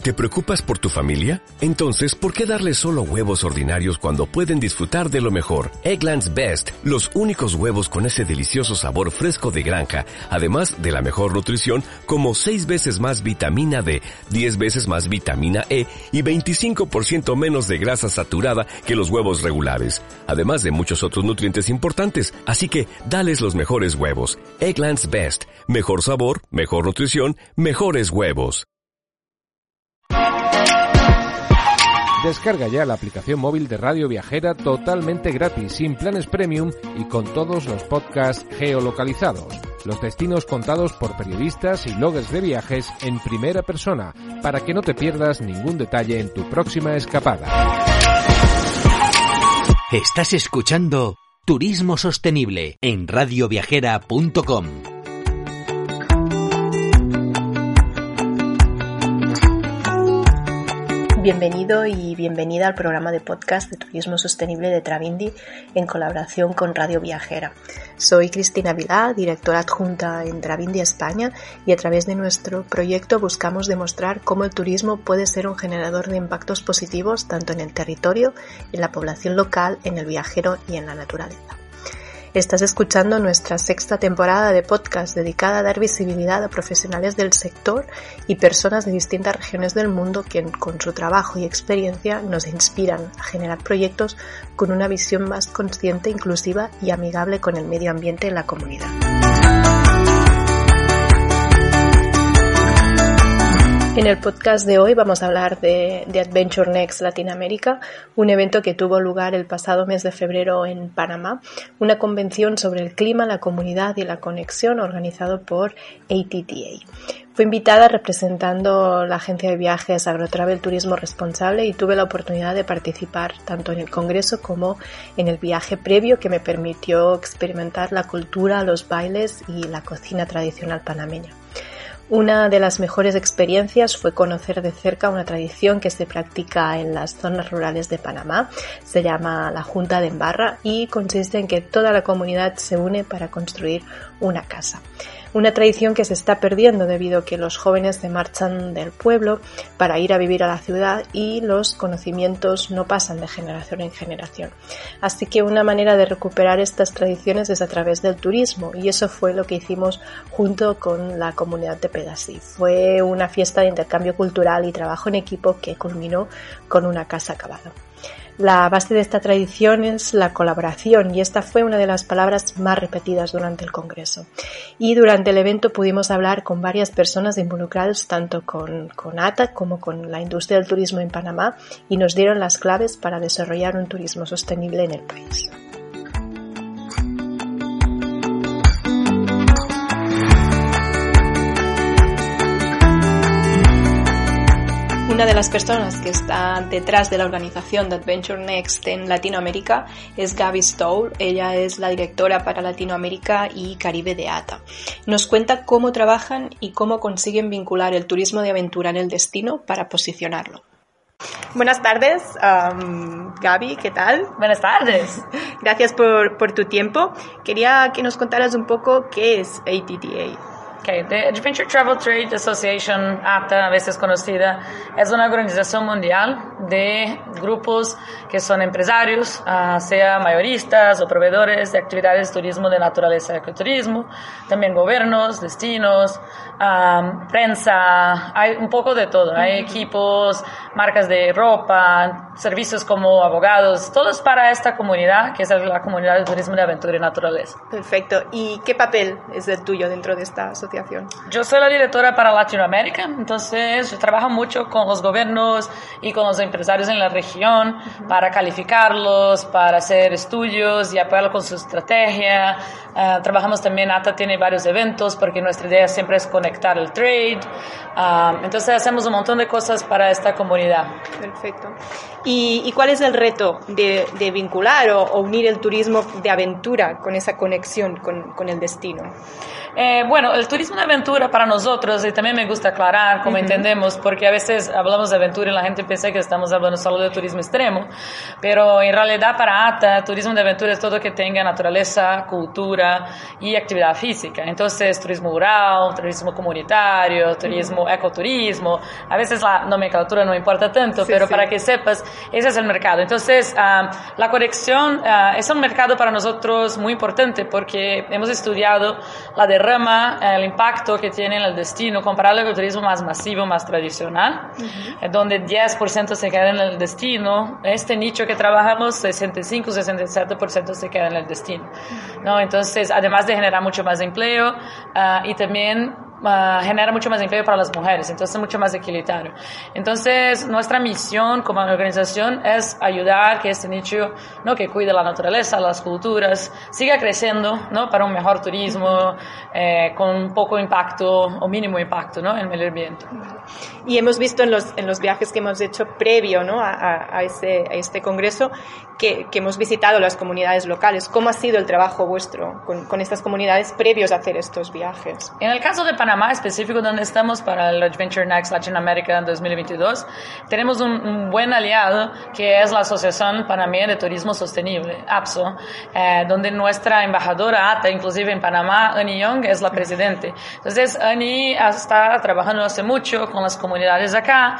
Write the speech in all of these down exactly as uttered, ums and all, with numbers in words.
¿Te preocupas por tu familia? Entonces, ¿por qué darles solo huevos ordinarios cuando pueden disfrutar de lo mejor? Eggland's Best, los únicos huevos con ese delicioso sabor fresco de granja, además de la mejor nutrición, como seis veces más vitamina D, diez veces más vitamina E y veinticinco por ciento menos de grasa saturada que los huevos regulares, además de muchos otros nutrientes importantes. Así que, dales los mejores huevos. Eggland's Best, mejor sabor, mejor nutrición, mejores huevos. Descarga ya la aplicación móvil de Radio Viajera totalmente gratis, sin planes premium y con todos los podcasts geolocalizados. Los destinos contados por periodistas y bloggers de viajes en primera persona, para que no te pierdas ningún detalle en tu próxima escapada. Estás escuchando Turismo Sostenible en radio viajera punto com. Bienvenido y bienvenida al programa de podcast de Turismo Sostenible de Travindi en colaboración con Radio Viajera. Soy Cristina Vilá, directora adjunta en Travindi España, y a través de nuestro proyecto buscamos demostrar cómo el turismo puede ser un generador de impactos positivos tanto en el territorio, en la población local, en el viajero y en la naturaleza. Estás escuchando nuestra sexta temporada de podcast dedicada a dar visibilidad a profesionales del sector y personas de distintas regiones del mundo que con su trabajo y experiencia nos inspiran a generar proyectos con una visión más consciente, inclusiva y amigable con el medio ambiente en la comunidad. En el podcast de hoy vamos a hablar de, de Adventure Next Latinoamérica, un evento que tuvo lugar el pasado mes de febrero en Panamá, una convención sobre el clima, la comunidad y la conexión organizado por A T T A. Fue invitada representando la agencia de viajes Agrotravel Turismo Responsable y tuve la oportunidad de participar tanto en el congreso como en el viaje previo que me permitió experimentar la cultura, los bailes y la cocina tradicional panameña. Una de las mejores experiencias fue conocer de cerca una tradición que se practica en las zonas rurales de Panamá. Se llama la Junta de Embarra y consiste en que toda la comunidad se une para construir una casa. Una tradición que se está perdiendo debido a que los jóvenes se marchan del pueblo para ir a vivir a la ciudad y los conocimientos no pasan de generación en generación. Así que una manera de recuperar estas tradiciones es a través del turismo, y eso fue lo que hicimos junto con la comunidad de Pedasí. Fue una fiesta de intercambio cultural y trabajo en equipo que culminó con una casa acabada. La base de esta tradición es la colaboración, y esta fue una de las palabras más repetidas durante el congreso. Y durante el evento pudimos hablar con varias personas involucradas tanto con, con A T A como con la industria del turismo en Panamá, y nos dieron las claves para desarrollar un turismo sostenible en el país. Una de las personas que está detrás de la organización de Adventure Next en Latinoamérica es Gaby Stoll. Ella es la directora para Latinoamérica y Caribe de A T A. Nos cuenta cómo trabajan y cómo consiguen vincular el turismo de aventura en el destino para posicionarlo. Buenas tardes, um, Gaby, ¿qué tal? Buenas tardes. Gracias por, por tu tiempo. Quería que nos contaras un poco qué es A T T A. Okay, the Adventure Travel Trade Association, A T A, a veces conocida, es una organización mundial de grupos que son empresarios, uh, sea mayoristas o proveedores de actividades de turismo de naturaleza y ecoturismo, también gobiernos, destinos, um, prensa, hay un poco de todo. Hay equipos, marcas de ropa, servicios como abogados, todos para esta comunidad, que es la comunidad de turismo de aventura y naturaleza. Perfecto. ¿Y qué papel es el tuyo dentro de esta asociación? Yo soy la directora para Latinoamérica, entonces yo trabajo mucho con los gobiernos y con los empresarios en la región uh-huh. para calificarlos, para hacer estudios y apoyarlos con su estrategia. Uh, trabajamos también, A T A tiene varios eventos porque nuestra idea siempre es conectar el trade. Uh, entonces hacemos un montón de cosas para esta comunidad. Perfecto. ¿Y, y cuál es el reto de, de vincular o, o unir el turismo de aventura con esa conexión con, con el destino? Eh, bueno, el turismo de aventura para nosotros, y también me gusta aclarar cómo uh-huh. entendemos, porque a veces hablamos de aventura y la gente piensa que estamos hablando solo de turismo extremo, pero en realidad para A T A, turismo de aventura es todo que tenga naturaleza, cultura y actividad física. Entonces, turismo rural, turismo comunitario, turismo, uh-huh. ecoturismo, a veces la nomenclatura no importa tanto, sí, pero sí. para que sepas, ese es el mercado. Entonces, uh, la conexión uh, es un mercado para nosotros muy importante porque hemos estudiado la derrama, el impacto que tiene en el destino comparado con el turismo más masivo, más tradicional, uh-huh. donde diez por ciento se queda en el destino. Este nicho que trabajamos, sesenta y cinco, sesenta y siete por ciento se queda en el destino, ¿no? Entonces, además de generar mucho más empleo uh, y también Uh, genera mucho más empleo para las mujeres, entonces mucho más equilibrado. Entonces nuestra misión como organización es ayudar que este nicho, ¿no?, que cuide la naturaleza, las culturas, siga creciendo, ¿no?, para un mejor turismo eh, con un poco impacto o mínimo impacto, ¿no?, en el medio ambiente. Y hemos visto en los, en los viajes que hemos hecho previo, ¿no?, a, a, a, este, a este congreso que, que hemos visitado las comunidades locales. ¿Cómo ha sido el trabajo vuestro con, con estas comunidades previos a hacer estos viajes? En el caso de Panamá específico, donde estamos para el Adventure Next Latinoamérica en dos mil veintidós, tenemos un, un buen aliado que es la Asociación Panameña de Turismo Sostenible, A P S O, eh, donde nuestra embajadora A T A, inclusive en Panamá, Annie Young, es la presidente. Entonces, Annie está trabajando hace mucho con las comunidades acá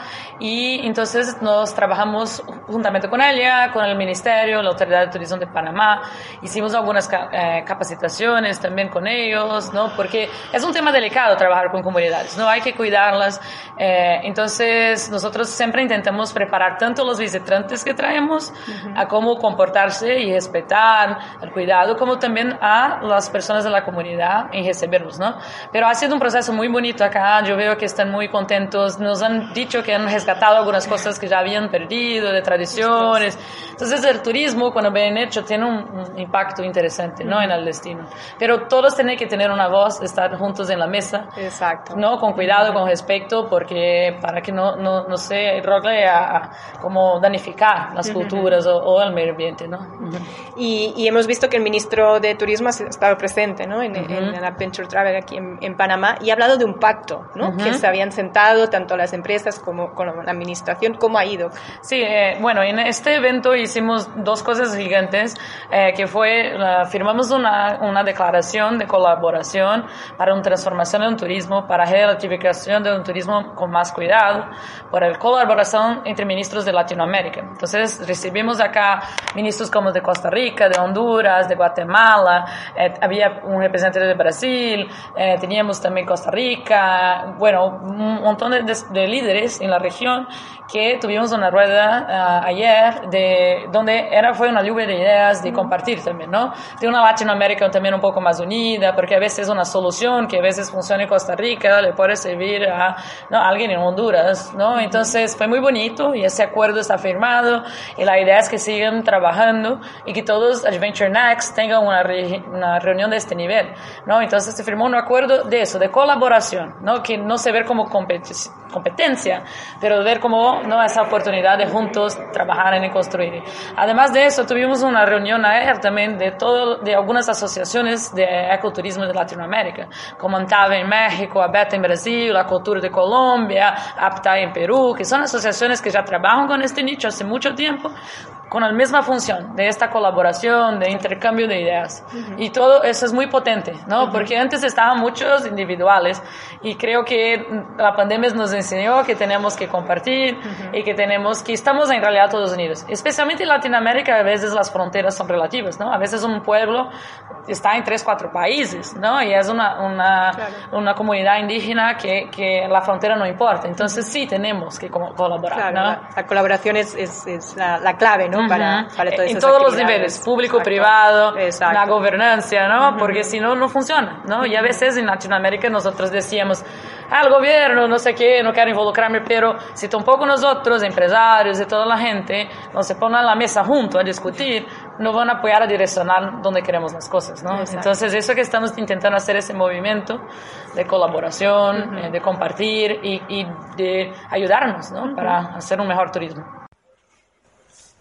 y entonces nos trabajamos juntamente con ella, con el Ministerio, la Autoridad de Turismo de Panamá. Hicimos algunas eh, capacitaciones también con ellos, ¿no?, porque es un tema delicado trabajar con comunidades, no hay que cuidarlas. Eh, entonces nosotros siempre intentamos preparar tanto a los visitantes que traemos uh-huh. a cómo comportarse y respetar el cuidado, como también a las personas de la comunidad en recibirlos, ¿no? Pero ha sido un proceso muy bonito acá. Yo veo que están muy contentos, nos han dicho que han rescatado algunas cosas que ya habían perdido, de tradiciones. Entonces el turismo, cuando bien hecho, tiene un, un impacto interesante, ¿no?, uh-huh. en el destino, pero todos tienen que tener una voz, estar juntos en la mesa. Exacto. No, con cuidado, con respeto, porque para que no, no, no se rogle a, a como danificar las culturas uh-huh. o, o el medio ambiente, ¿no? Uh-huh. Y, y hemos visto que el ministro de Turismo ha estado presente, ¿no?, en, uh-huh. en el Adventure Travel aquí en, en Panamá, y ha hablado de un pacto, ¿no?, uh-huh. que se habían sentado tanto las empresas como con la administración. ¿Cómo ha ido? Sí, eh, bueno, en este evento hicimos dos cosas gigantes, eh, que fue, uh, firmamos una, una declaración de colaboración para una transformación de un turismo, para relativización de un turismo con más cuidado, por la colaboración entre ministros de Latinoamérica. Entonces recibimos acá ministros como de Costa Rica, de Honduras, de Guatemala, eh, había un representante de Brasil, eh, teníamos también Costa Rica, bueno, un montón de, de, de líderes en la región, que tuvimos una rueda uh, ayer de donde era fue una lluvia de ideas de compartir también, ¿no? De una Latinoamérica también un poco más unida, porque a veces una solución que a veces funciona en Costa Rica le puede servir a, ¿no?, a alguien en Honduras, ¿no? Entonces fue muy bonito y ese acuerdo está firmado y la idea es que sigan trabajando y que todos Adventure Next tengan una, re, una reunión de este nivel, ¿no? Entonces se firmó un acuerdo de eso, de colaboración, ¿no?, que no se ve como competencia, pero ver como, ¿no?, esa oportunidad de juntos trabajar en construir. Además de eso, tuvimos una reunión ayer también de todo, de algunas asociaciones de ecoturismo de Latinoamérica, como ANTAVE en México, ABETA en Brasil, la Cultura de Colombia, APTA en Perú, que son asociaciones que ya trabajan con este nicho hace mucho tiempo, con la misma función de esta colaboración, de intercambio de ideas. Uh-huh. Y todo eso es muy potente, ¿no? Uh-huh. Porque antes estaban muchos individuales y creo que la pandemia nos enseñó que tenemos que compartir uh-huh. y que tenemos que estamos en realidad todos unidos. Especialmente en Latinoamérica, a veces las fronteras son relativas, ¿no? A veces un pueblo está en tres, cuatro países, ¿no? Y es una, una, claro. una comunidad indígena que, que la frontera no importa. Entonces uh-huh. sí tenemos que co- colaborar, claro, ¿no? La, la colaboración es, es, es la, la clave, ¿no? Uh-huh. Para, para todas en esas todos los actividades. niveles, público, Exacto. privado, Exacto. la gobernancia, ¿no? Uh-huh. Porque si no, no funciona, ¿no? Uh-huh. Y a veces en Latinoamérica nosotros decíamos, ah, el gobierno, no sé qué, no quiero involucrarme, pero si tampoco nosotros, empresarios y toda la gente, nos se ponen a la mesa juntos a discutir, nos van a apoyar a direccionar donde queremos las cosas, ¿no? Exacto. Entonces, eso que estamos intentando hacer, ese movimiento de colaboración, uh-huh. eh, de compartir y, y de ayudarnos, ¿no? Uh-huh. Para hacer un mejor turismo.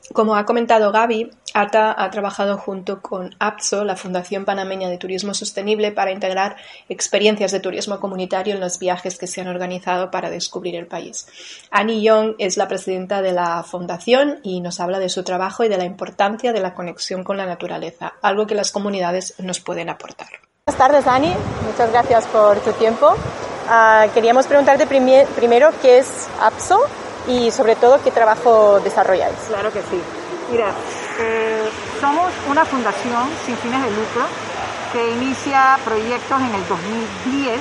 Como ha comentado Gaby, A T A ha trabajado junto con A P S O, la Fundación Panameña de Turismo Sostenible, para integrar experiencias de turismo comunitario en los viajes que se han organizado para descubrir el país. Annie Young es la presidenta de la fundación y nos habla de su trabajo y de la importancia de la conexión con la naturaleza, algo que las comunidades nos pueden aportar. Buenas tardes, Annie. Muchas gracias por tu tiempo. Uh, queríamos preguntarte primi- primero qué es A P S O y sobre todo qué trabajo desarrolláis. Claro que sí. Mira, eh, somos una fundación sin fines de lucro que inicia proyectos en el dos mil diez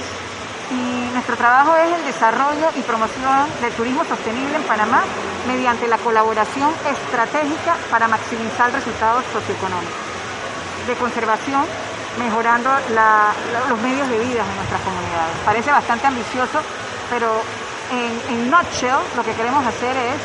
y nuestro trabajo es el desarrollo y promoción del turismo sostenible en Panamá mediante la colaboración estratégica para maximizar resultados socioeconómicos, de conservación, mejorando la, la, los medios de vida de nuestras comunidades. Parece bastante ambicioso, pero en, en nutshell lo que queremos hacer es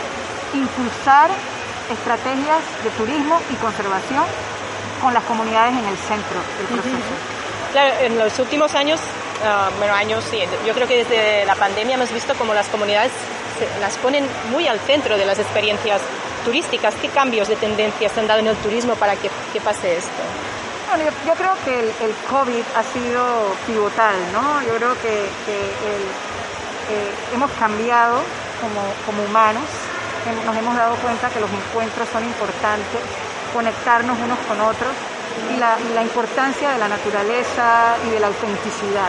impulsar estrategias de turismo y conservación con las comunidades en el centro del proceso. Uh-huh. Claro, en los últimos años, uh, bueno, años sí, yo creo que desde la pandemia hemos visto como las comunidades se, las ponen muy al centro de las experiencias turísticas. ¿Qué cambios de tendencias se han dado en el turismo para que, que pase esto? Bueno, yo, yo creo que el, el COVID ha sido pivotal, ¿no? Yo creo que, que el, eh, hemos cambiado como, como humanos, nos hemos dado cuenta que los encuentros son importantes, conectarnos unos con otros y la, y la importancia de la naturaleza y de la autenticidad.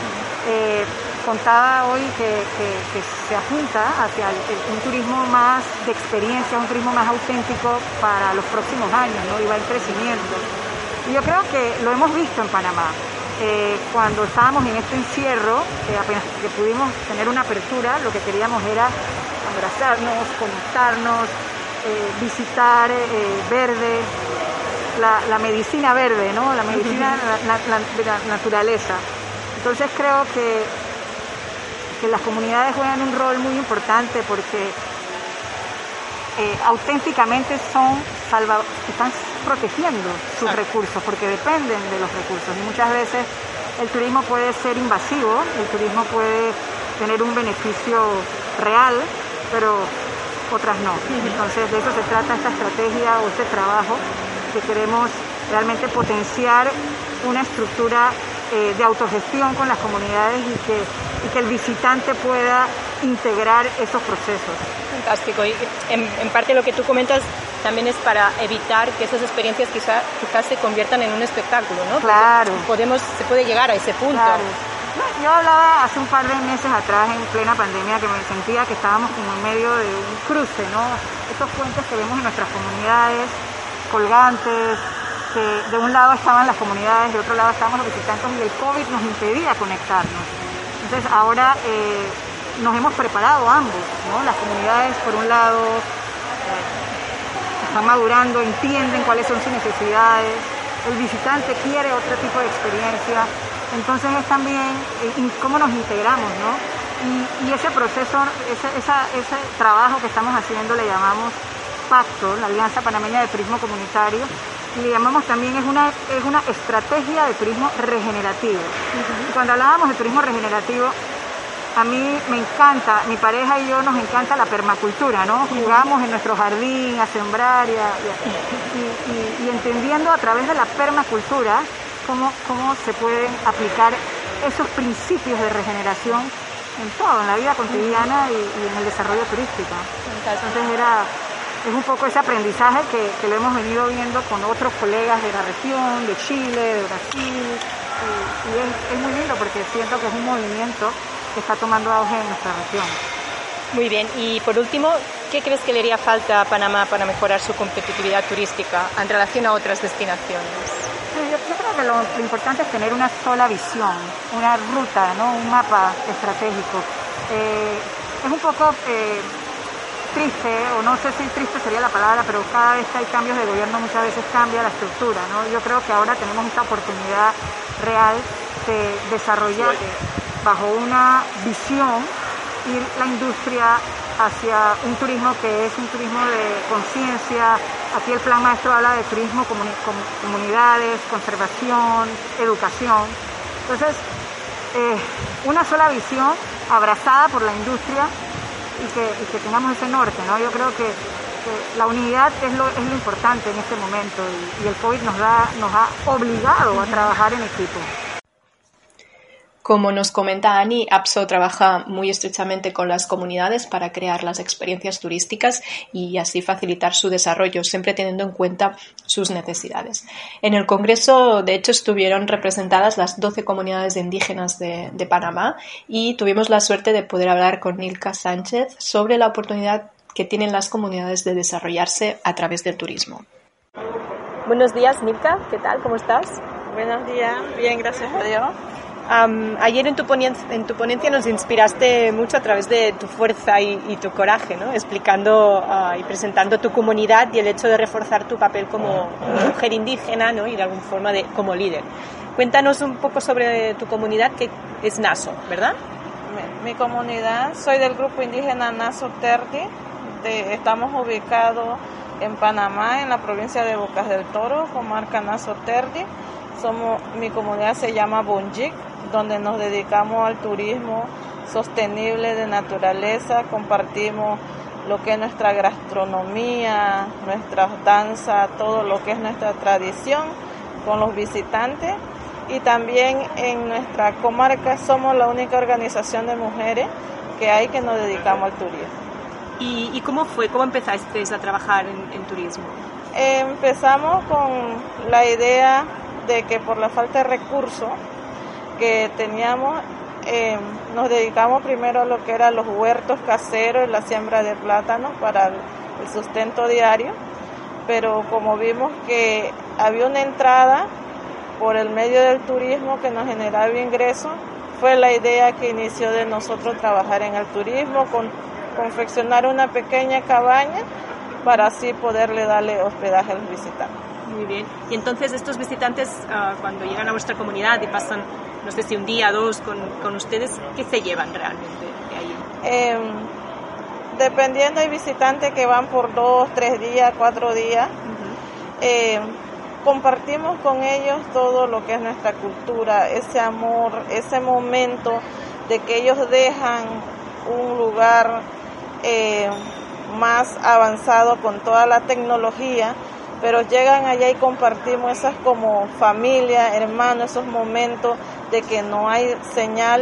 Eh, contaba hoy que, que, que se apunta hacia el, el, un turismo más de experiencia, un turismo más auténtico para los próximos años, ¿no? Y va en crecimiento. Y yo creo que lo hemos visto en Panamá. Eh, cuando estábamos en este encierro, eh, apenas que pudimos tener una apertura, lo que queríamos era abrazarnos, conectarnos, eh, visitar eh, verde, la, la medicina verde, ¿no? La medicina la, la, de la naturaleza. Entonces creo que, que las comunidades juegan un rol muy importante porque eh, auténticamente son salva, están protegiendo sus recursos porque dependen de los recursos y muchas veces el turismo puede ser invasivo, el turismo puede tener un beneficio real, pero otras no. Entonces de eso se trata esta estrategia o este trabajo que queremos realmente potenciar una estructura eh, de autogestión con las comunidades y que, y que el visitante pueda integrar esos procesos. Fantástico. Y en, en parte lo que tú comentas también es para evitar que esas experiencias quizás quizás se conviertan en un espectáculo, ¿no? Claro. Podemos, se puede llegar a ese punto. Claro. Yo hablaba hace un par de meses atrás, en plena pandemia, que me sentía que estábamos como en medio de un cruce, ¿no? Estos puentes que vemos en nuestras comunidades, colgantes, que de un lado estaban las comunidades, de otro lado estaban los visitantes y el COVID nos impedía conectarnos. Entonces ahora eh, nos hemos preparado ambos, ¿no? Las comunidades, por un lado, eh, están madurando, entienden cuáles son sus necesidades, el visitante quiere otro tipo de experiencia. Entonces es también eh, cómo nos integramos, ¿no? Y, y ese proceso, ese, esa, ese trabajo que estamos haciendo le llamamos Pacto, la Alianza Panameña de Turismo Comunitario, y le llamamos también, es una, es una estrategia de turismo regenerativo. Uh-huh. Y cuando hablábamos de turismo regenerativo, a mí me encanta, mi pareja y yo nos encanta la permacultura, ¿no? Jugamos en nuestro jardín a sembrar y, a, y, y, y entendiendo a través de la permacultura Cómo, cómo se pueden aplicar esos principios de regeneración en todo, en la vida cotidiana y, y en el desarrollo turístico. Entonces era, es un poco ese aprendizaje que, que lo hemos venido viendo con otros colegas de la región, de Chile, de Brasil, y, y es, es muy lindo porque siento que es un movimiento que está tomando auge en nuestra región. Muy bien, y por último, ¿qué crees que le haría falta a Panamá para mejorar su competitividad turística en relación a otras destinaciones? Yo, yo creo que lo, lo importante es tener una sola visión, una ruta, ¿no? Un mapa estratégico. Eh, es un poco eh, triste, o no sé si triste sería la palabra, pero cada vez que hay cambios de gobierno muchas veces cambia la estructura, ¿no? Yo creo que ahora tenemos esta oportunidad real de desarrollar bajo una visión ir la industria hacia un turismo que es un turismo de conciencia. Aquí el plan maestro habla de turismo, comuni- comunidades, conservación, educación. Entonces, eh, una sola visión abrazada por la industria y que, y que tengamos ese norte, ¿no? Yo creo que, que la unidad es lo, es lo importante en este momento y, y el COVID nos, da, nos ha obligado a trabajar en equipo. Como nos comenta Ani, APSO trabaja muy estrechamente con las comunidades para crear las experiencias turísticas y así facilitar su desarrollo, siempre teniendo en cuenta sus necesidades. En el Congreso, de hecho, estuvieron representadas las doce comunidades indígenas de, de Panamá y tuvimos la suerte de poder hablar con Nilka Sánchez sobre la oportunidad que tienen las comunidades de desarrollarse a través del turismo. Buenos días, Nilka. ¿Qué tal? ¿Cómo estás? Buenos días. Bien, gracias a Dios. Um, ayer en tu, ponencia, en tu ponencia nos inspiraste mucho a través de tu fuerza y, y tu coraje, ¿no? Explicando uh, y presentando tu comunidad y el hecho de reforzar tu papel como mujer indígena, ¿no? Y de alguna forma de, como líder. Cuéntanos un poco sobre tu comunidad, que es Naso, ¿verdad? Mi, mi comunidad, soy del grupo indígena Naso Terdi, de, estamos ubicados en Panamá, en la provincia de Bocas del Toro, comarca Naso Terdi. Somos, mi comunidad se llama Bonjic, donde nos dedicamos al turismo sostenible de naturaleza, compartimos lo que es nuestra gastronomía, nuestras danzas, todo lo que es nuestra tradición con los visitantes, y también en nuestra comarca somos la única organización de mujeres que hay que nos dedicamos al turismo. ¿Y, y cómo fue? ¿Cómo empezaste a trabajar en, en turismo? Eh, empezamos con la idea de que por la falta de recursos que teníamos, eh, nos dedicamos primero a lo que eran los huertos caseros, la siembra de plátanos para el, el sustento diario, pero como vimos que había una entrada por el medio del turismo que nos generaba ingresos, fue la idea que inició de nosotros trabajar en el turismo, con, confeccionar una pequeña cabaña para así poderle darle hospedaje a los visitantes. Muy bien. Y entonces estos visitantes, uh, cuando llegan a vuestra comunidad y pasan, no sé si un día, dos con, con ustedes, ¿qué se llevan realmente de ahí? Eh, dependiendo, hay visitantes que van por dos, tres días, cuatro días. Uh-huh. Eh, compartimos con ellos todo lo que es nuestra cultura, ese amor, ese momento de que ellos dejan un lugar eh, más avanzado con toda la tecnología, pero llegan allá y compartimos esas como familia, hermanos, esos momentos de que no hay señal,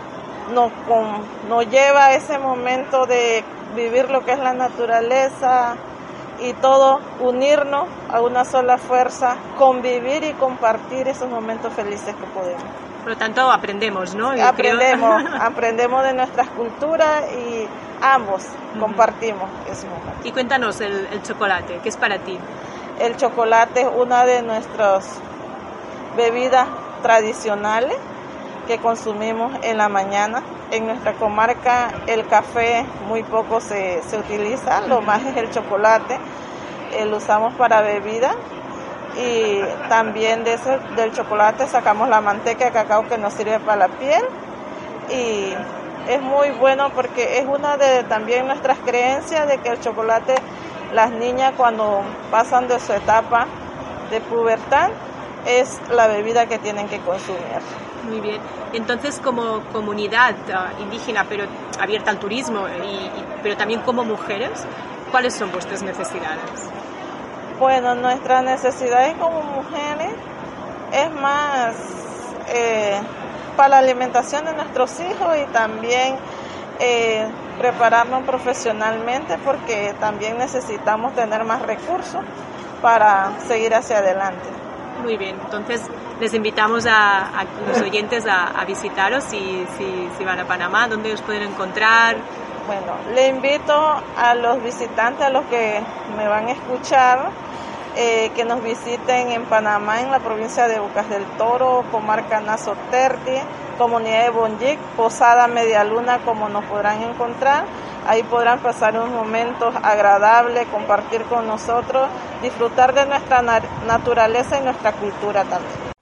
nos, con, nos lleva a ese momento de vivir lo que es la naturaleza y todo, unirnos a una sola fuerza, convivir y compartir esos momentos felices que podemos. Por lo tanto, aprendemos, ¿no? Yo aprendemos, creo... aprendemos de nuestras culturas y ambos uh-huh. compartimos ese momento. Y cuéntanos el, el chocolate, ¿qué es para ti? El chocolate es una de nuestras bebidas tradicionales que consumimos en la mañana. En nuestra comarca el café muy poco se, se utiliza, lo más es el chocolate, eh, lo usamos para bebida, y también de ese, del chocolate sacamos la manteca de cacao que nos sirve para la piel, y es muy bueno porque es una de también nuestras creencias de que el chocolate, las niñas cuando pasan de su etapa de pubertad, es la bebida que tienen que consumir. Muy bien. Entonces, como comunidad uh, indígena, pero abierta al turismo, y, y, pero también como mujeres, ¿cuáles son vuestras necesidades? Bueno, nuestras necesidades como mujeres es más eh, para la alimentación de nuestros hijos y también eh, prepararnos profesionalmente, porque también necesitamos tener más recursos para seguir hacia adelante. Muy bien, entonces les invitamos a, a los oyentes a, a visitaros si, si, si van a Panamá. ¿Dónde os pueden encontrar? Bueno, le invito a los visitantes, a los que me van a escuchar, eh, que nos visiten en Panamá, en la provincia de Bocas del Toro, comarca Naso Terdi, comunidad de Bonjic, Posada Media Luna, como nos podrán encontrar. Ahí podrán pasar unos momentos agradables, compartir con nosotros, disfrutar de nuestra na- naturaleza y nuestra cultura también.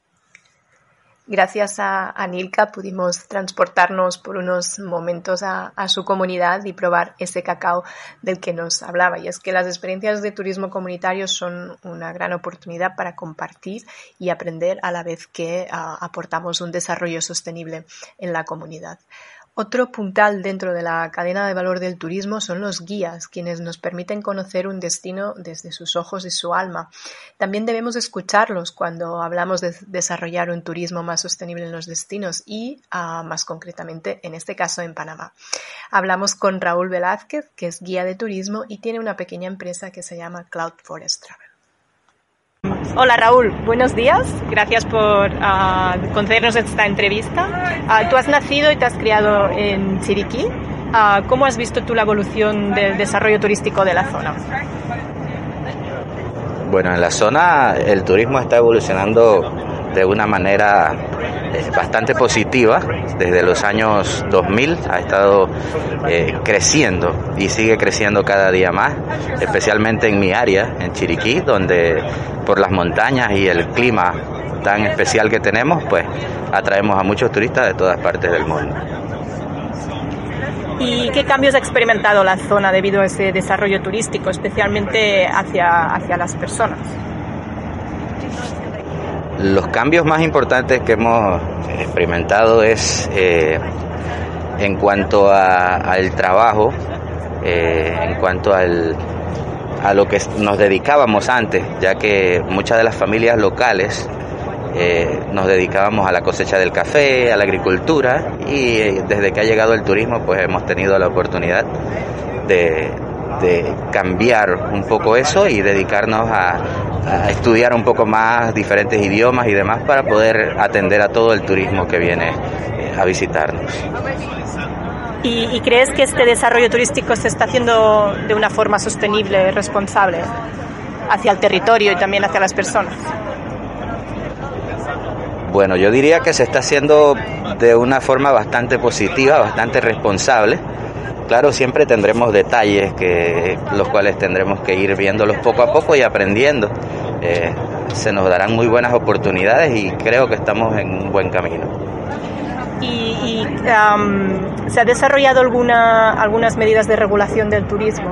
Gracias a, a Nilka pudimos transportarnos por unos momentos a, a su comunidad y probar ese cacao del que nos hablaba. Y es que las experiencias de turismo comunitario son una gran oportunidad para compartir y aprender a la vez que uh, aportamos un desarrollo sostenible en la comunidad. Otro puntal dentro de la cadena de valor del turismo son los guías, quienes nos permiten conocer un destino desde sus ojos y su alma. También debemos escucharlos cuando hablamos de desarrollar un turismo más sostenible en los destinos y, uh, más concretamente, en este caso en Panamá. Hablamos con Raúl Velázquez, que es guía de turismo y tiene una pequeña empresa que se llama Cloud Forest Travel. Hola Raúl, buenos días. Gracias por uh, concedernos esta entrevista. Uh, tú has nacido y te has criado en Chiriquí. Uh, ¿Cómo has visto tú la evolución del desarrollo turístico de la zona? Bueno, en la zona el turismo está evolucionando de una manera bastante positiva. Desde los años dos mil ha estado eh, creciendo y sigue creciendo cada día más, especialmente en mi área, en Chiriquí, donde por las montañas y el clima tan especial que tenemos, pues atraemos a muchos turistas de todas partes del mundo. ¿Y qué cambios ha experimentado la zona debido a ese desarrollo turístico, especialmente hacia, hacia las personas? Los cambios más importantes que hemos experimentado es eh, en cuanto a, al trabajo, eh, en cuanto al, a lo que nos dedicábamos antes, ya que muchas de las familias locales eh, nos dedicábamos a la cosecha del café, a la agricultura, y eh, desde que ha llegado el turismo pues hemos tenido la oportunidad de, de cambiar un poco eso y dedicarnos a a estudiar un poco más diferentes idiomas y demás para poder atender a todo el turismo que viene a visitarnos. ¿Y, y crees que este desarrollo turístico se está haciendo de una forma sostenible y responsable hacia el territorio y también hacia las personas? Bueno, yo diría que se está haciendo de una forma bastante positiva, bastante responsable. Claro, siempre tendremos detalles que los cuales tendremos que ir viéndolos poco a poco y aprendiendo. Eh, se nos darán muy buenas oportunidades y creo que estamos en un buen camino. ¿Y, y um, se ha desarrollado alguna, algunas medidas de regulación del turismo?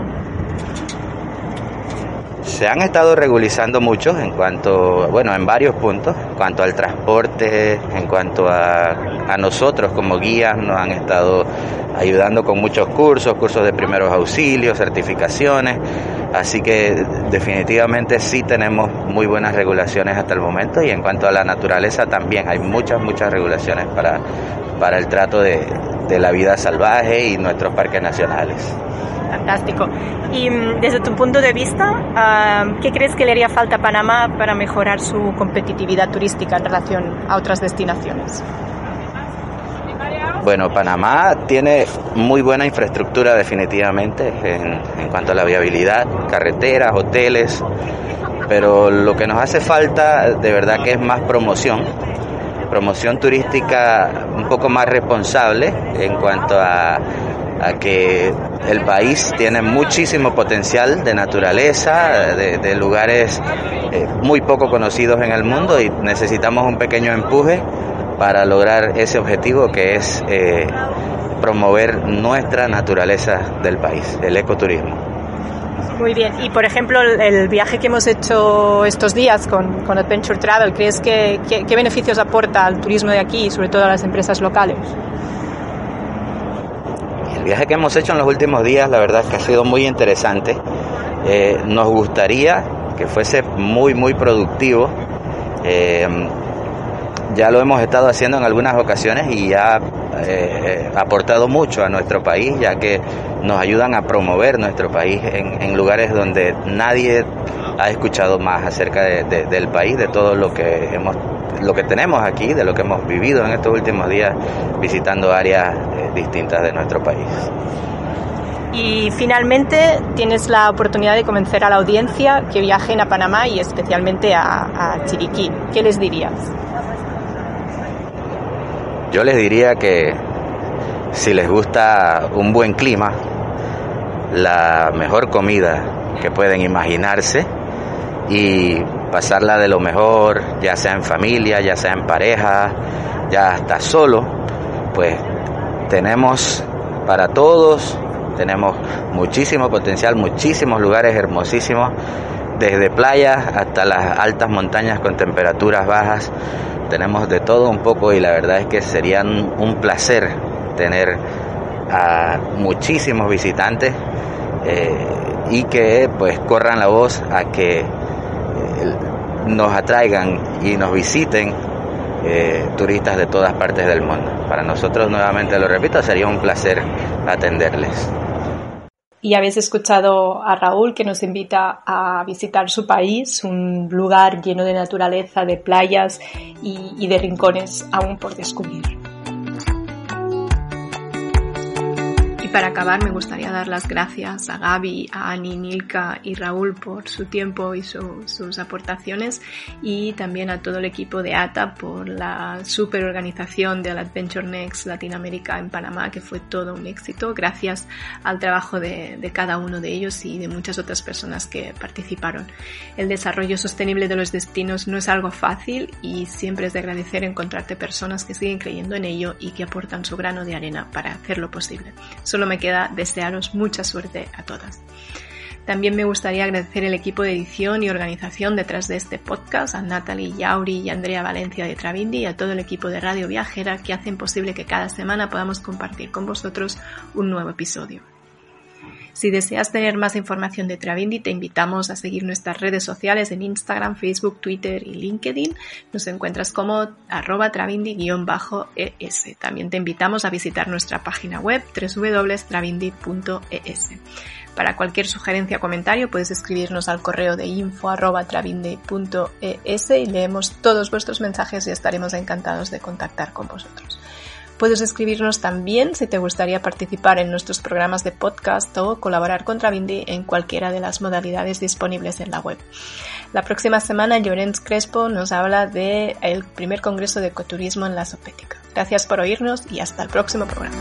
Se han estado regularizando mucho en cuanto, bueno, en varios puntos, en cuanto al transporte, en cuanto a, a nosotros como guías, nos han estado ayudando con muchos cursos, cursos de primeros auxilios, certificaciones, así que definitivamente sí tenemos muy buenas regulaciones hasta el momento, y en cuanto a la naturaleza también hay muchas, muchas regulaciones para, para el trato de, de la vida salvaje y nuestros parques nacionales. Fantástico. Y desde tu punto de vista, uh, ¿qué crees que le haría falta a Panamá para mejorar su competitividad turística en relación a otras destinaciones? Bueno, Panamá tiene muy buena infraestructura definitivamente en, en cuanto a la viabilidad, carreteras, hoteles, pero lo que nos hace falta de verdad que es más promoción, promoción turística un poco más responsable en cuanto a, a que el país tiene muchísimo potencial de naturaleza, de, de lugares eh, muy poco conocidos en el mundo, y necesitamos un pequeño empuje para lograr ese objetivo que es eh, promover nuestra naturaleza del país, el ecoturismo. Muy bien, y por ejemplo el, el viaje que hemos hecho estos días con, con Adventure Travel, ¿crees que, que qué beneficios aporta al turismo de aquí y sobre todo a las empresas locales? El viaje que hemos hecho en los últimos días, la verdad es que ha sido muy interesante. Eh, nos gustaría que fuese muy, muy productivo. Eh, Ya lo hemos estado haciendo en algunas ocasiones y ha eh, aportado mucho a nuestro país, ya que nos ayudan a promover nuestro país en, en lugares donde nadie ha escuchado más acerca de, de, del país, de todo lo que hemos, lo que tenemos aquí, de lo que hemos vivido en estos últimos días visitando áreas eh, distintas de nuestro país. Y finalmente tienes la oportunidad de convencer a la audiencia que viajen a Panamá y especialmente a, a Chiriquí. ¿Qué les dirías? Yo les diría que si les gusta un buen clima, la mejor comida que pueden imaginarse y pasarla de lo mejor, ya sea en familia, ya sea en pareja, ya hasta solo, pues tenemos para todos, tenemos muchísimo potencial, muchísimos lugares hermosísimos, desde playas hasta las altas montañas con temperaturas bajas. Tenemos de todo un poco y la verdad es que sería un placer tener a muchísimos visitantes eh, y que pues corran la voz a que eh, nos atraigan y nos visiten eh, turistas de todas partes del mundo. Para nosotros, nuevamente lo repito, sería un placer atenderles. Y habéis escuchado a Raúl, que nos invita a visitar su país, un lugar lleno de naturaleza, de playas y, y de rincones aún por descubrir. Y para acabar, me gustaría dar las gracias a Gaby, a Ani, Nilka y Raúl por su tiempo y su, sus aportaciones, y también a todo el equipo de A T A por la super organización del Adventure Next Latinoamérica en Panamá, que fue todo un éxito, gracias al trabajo de, de cada uno de ellos y de muchas otras personas que participaron. El desarrollo sostenible de los destinos no es algo fácil y siempre es de agradecer encontrarte personas que siguen creyendo en ello y que aportan su grano de arena para hacerlo posible. Solo me queda desearos mucha suerte a todas. También me gustaría agradecer el equipo de edición y organización detrás de este podcast, a Natalie Yauri y Andrea Valencia de Travindi, y a todo el equipo de Radio Viajera que hacen posible que cada semana podamos compartir con vosotros un nuevo episodio. Si deseas tener más información de Travindi, te invitamos a seguir nuestras redes sociales en Instagram, Facebook, Twitter y LinkedIn. Nos encuentras como arroba travindi guión bajo es. También te invitamos a visitar nuestra página web doble u doble u doble u punto travindi punto es. Para cualquier sugerencia o comentario puedes escribirnos al correo de info arroba travindi punto es y leemos todos vuestros mensajes y estaremos encantados de contactar con vosotros. Puedes escribirnos también si te gustaría participar en nuestros programas de podcast o colaborar con Travindi en cualquiera de las modalidades disponibles en la web. La próxima semana Llorenç Crespo nos habla del primer Congreso de Ecoturismo en la Sopética. Gracias por oírnos y hasta el próximo programa.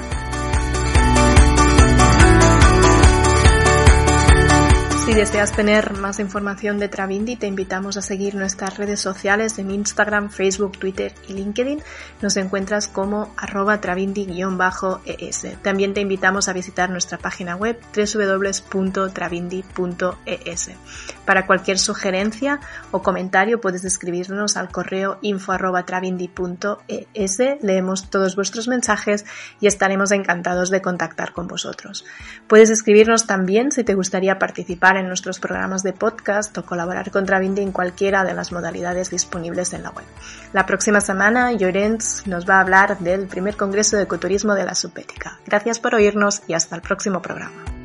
Si deseas tener más información de Travindi, te invitamos a seguir nuestras redes sociales en Instagram, Facebook, Twitter y LinkedIn. Nos encuentras como arroba travindi guión bajo es. También te invitamos a visitar nuestra página web doble u doble u doble u punto travindi punto es. Para cualquier sugerencia o comentario puedes escribirnos al correo info arroba travindi punto es. Leemos todos vuestros mensajes y estaremos encantados de contactar con vosotros. Puedes escribirnos también si te gustaría participar en nuestros programas de podcast o colaborar con Travindi en cualquiera de las modalidades disponibles en la web. La próxima semana, Llorenç nos va a hablar del primer Congreso de Ecoturismo de la Sopética. Gracias por oírnos y hasta el próximo programa.